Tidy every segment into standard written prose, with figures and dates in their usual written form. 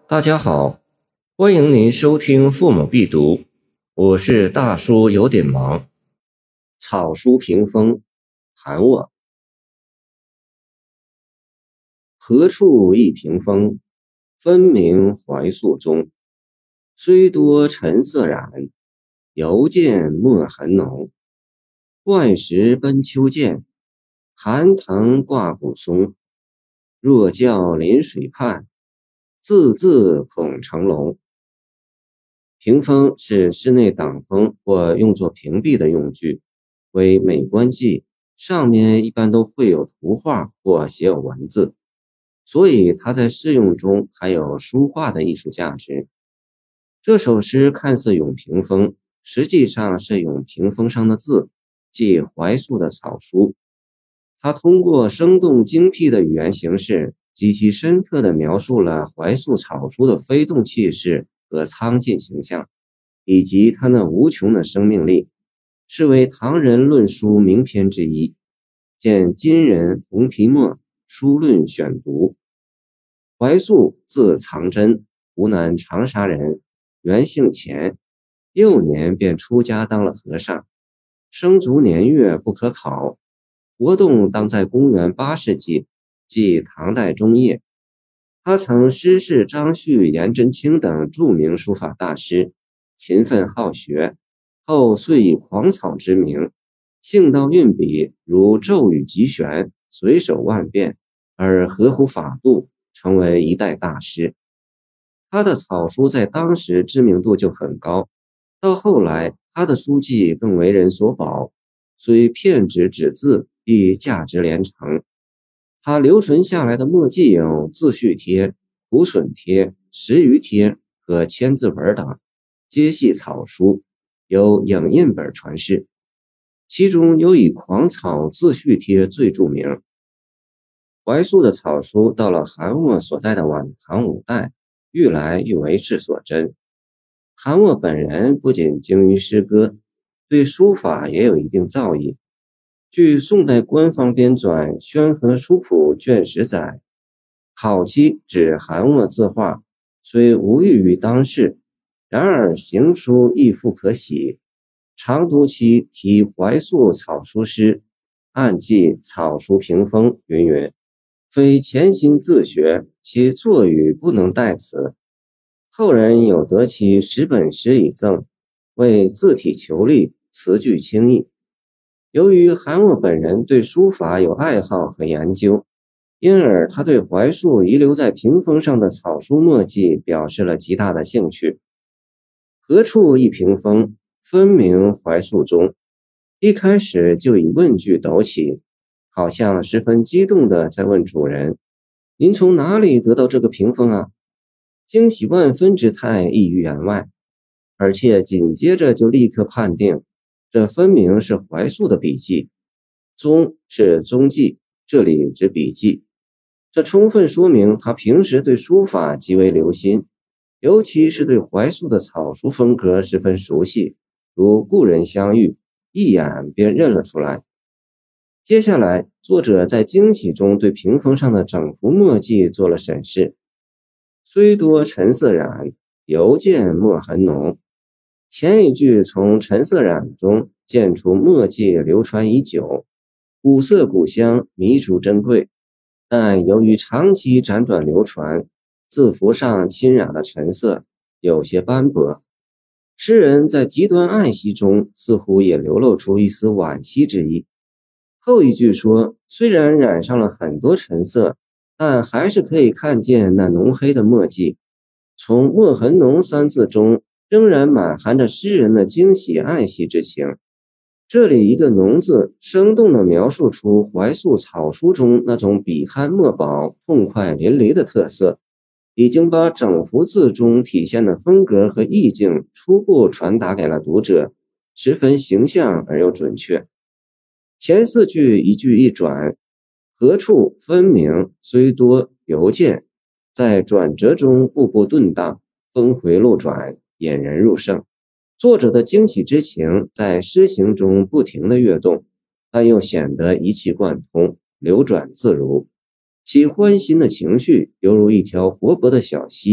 大家好，欢迎您收听父母必读，我是大叔，有点忙。草书屏风，韩沃。何处一屏风，分明怀素中。虽多尘色染，犹见墨痕浓。怪石奔秋涧，寒藤挂古松。若教临水畔，字字恐成龙。屏风是室内挡风或用作屏蔽的用具，为美观器，上面一般都会有图画或写有文字，所以它在适用中还有书画的艺术价值。这首诗看似咏屏风，实际上是咏屏风上的字，即怀素的草书。它通过生动精辟的语言形式，极其深刻地描述了怀素草书的飞动气势和苍劲形象，以及它那无穷的生命力，是为唐人论书名篇之一。见今人红皮墨书论选读。怀素字藏真，湖南长沙人，原姓钱，幼年便出家当了和尚，生卒年月不可考，活动当在公元8世纪，即唐代中叶。他曾师事张旭、颜真卿等著名书法大师，勤奋好学，后遂以狂草之名，性道运笔如骤雨急旋，随手万变，而合乎法度，成为一代大师。他的草书在当时知名度就很高，到后来他的书籍更为人所宝，虽片纸纸字亦价值连城。他留存下来的墨迹有自序帖、苦损帖、石鱼帖和千字文等，皆系草书，有影印本传世。其中有以狂草自序帖最著名。怀素的草书到了韩沃所在的晚唐5代，愈来愈为世所珍。韩沃本人不仅精于诗歌，对书法也有一定造诣。据宋代官方编纂《宣和书谱》卷10载，考期指韩沃字画虽无异于当世，然而行书亦复可喜。常读其题怀素草书诗，暗记草书屏风云云，非潜心自学，其作语不能代此。后人有得其10本诗以赠，为字体遒丽，词句清逸。由于韩沃本人对书法有爱好和研究，因而他对怀素遗留在屏风上的草书墨迹表示了极大的兴趣。何处一屏风，分明怀素中。一开始就以问句抖起，好像十分激动地在问主人：“您从哪里得到这个屏风啊？”惊喜万分之态溢于言外，而且紧接着就立刻判定，这分明是怀素的笔记。踪是踪迹，这里指笔记。这充分说明他平时对书法极为留心，尤其是对怀素的草书风格十分熟悉，如故人相遇，一眼便认了出来。接下来，作者在惊喜中对屏风上的整幅墨迹做了审视。虽多尘色染，犹见墨痕浓。前一句从尘色染中见出墨迹流传已久，古色古香，弥足珍贵，但由于长期辗转流传，字符上侵染了尘色，有些斑驳。诗人在极端爱惜中似乎也流露出一丝惋惜之意。后一句说，虽然染上了很多尘色，但还是可以看见那浓黑的墨迹。从墨痕浓3字中仍然满含着诗人的惊喜爱惜之情。这里一个浓字生动地描述出怀素草书中那种笔酣墨饱、痛快淋漓的特色，已经把整幅字中体现的风格和意境初步传达给了读者，十分形象而又准确。前4句一句一转，何处分明，虽多犹见，在转折中步步顿当，峰回路转，引人入胜。作者的惊喜之情在诗行中不停地跃动，但又显得一气贯通，流转自如。其欢欣的情绪犹如一条活泼的小溪，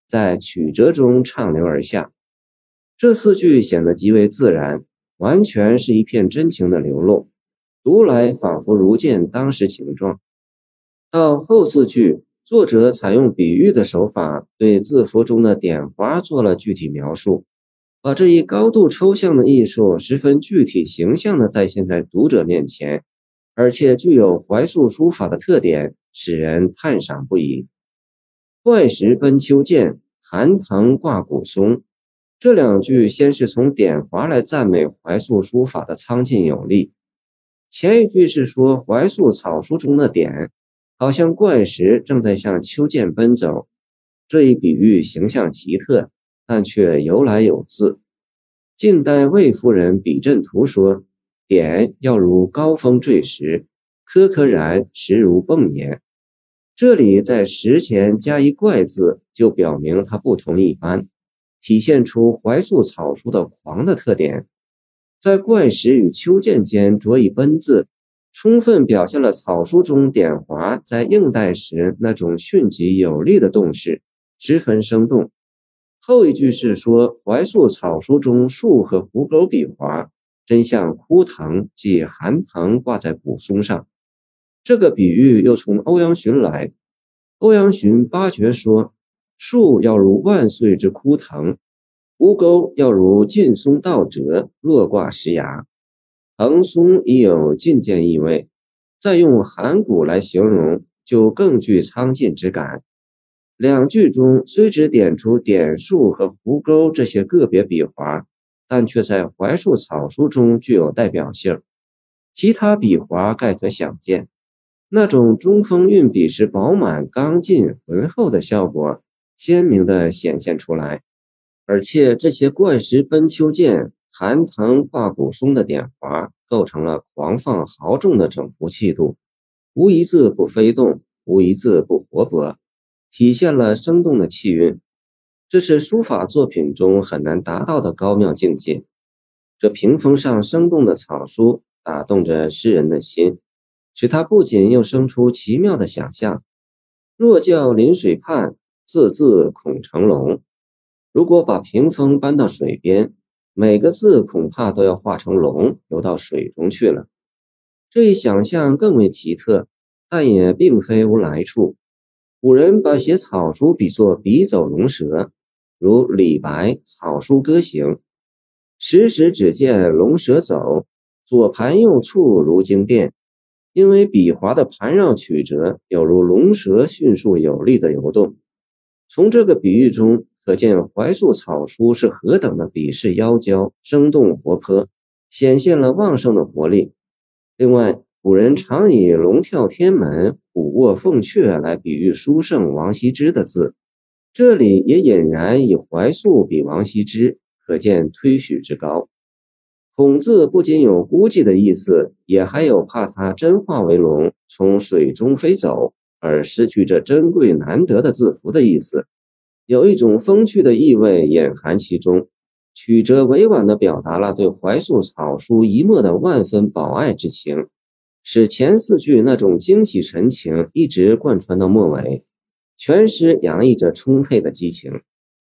在曲折中畅流而下。这4句显得极为自然，完全是一片真情的流露，读来仿佛如见当时情状。到后4句，作者采用比喻的手法，对字符中的点划做了具体描述，把这一高度抽象的艺术十分具体形象地再现在读者面前，而且具有怀素书法的特点，使人叹赏不已。怪石奔秋涧，寒藤挂古松，这2句先是从点划来赞美怀素书法的苍劲有力。前一句是说怀素草书中的点好像怪石正在向秋涧奔走，这一比喻形象奇特，但却由来有自。晋代魏夫人笔阵图说，点要如高峰坠石，颗颗然实如迸也。这里在石前加一怪字，就表明它不同一般，体现出怀素草书的狂的特点。在怪石与秋涧间着以奔字，充分表现了草书中点划在应代时那种迅疾有力的动势，十分生动。后一句是说怀素草书中树和狐狗笔划真像枯藤即寒藤挂在古松上。这个比喻又从欧阳询来，欧阳询八绝说，树要如万岁之枯藤，狐狗要如劲松倒折，落挂石崖。藤松已有进见意味，再用寒骨来形容，就更具苍劲之感。2句中虽只点出点树和狐沟这些个别笔划，但却在怀素草书中具有代表性，其他笔划概可想见。那种中锋运笔时饱满、刚劲、浑厚的效果鲜明地显现出来。而且这些怪石奔秋涧、寒藤挂古松的点划构成了狂放豪纵的整幅气度，无一字不飞动，无一字不活泼，体现了生动的气韵。这是书法作品中很难达到的高妙境界。这屏风上生动的草书打动着诗人的心，使他不仅又生出奇妙的想象。若教临水畔，字字恐成龙。如果把屏风搬到水边，每个字恐怕都要化成龙游到水中去了。这一想象更为奇特，但也并非无来处。古人把写草书比作笔走龙蛇，如李白《草书歌行》，时时只见龙蛇走，左盘右绌如经殿。因为笔划的盘绕曲折，有如龙蛇迅速有力的游动。从这个比喻中可见怀素草书是何等的笔势妖娇、生动活泼，显现了旺盛的活力。另外，古人常以龙跳天门、虎卧凤阙来比喻书圣王羲之的字，这里也俨然以怀素比王羲之，可见推许之高。孔字不仅有估计的意思，也还有怕他真化为龙从水中飞走而失去这珍贵难得的字符的意思，有一种风趣的意味掩含其中，曲折委婉地表达了对怀素草书一墨的万分保爱之情，使前4句那种惊喜神情一直贯穿到末尾，全诗洋溢着充沛的激情。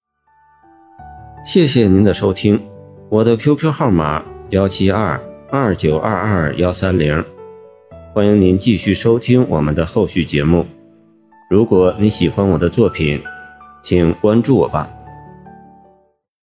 谢谢您的收听，我的 QQ 号码172-2922-130，欢迎您继续收听我们的后续节目。如果你喜欢我的作品，请关注我吧。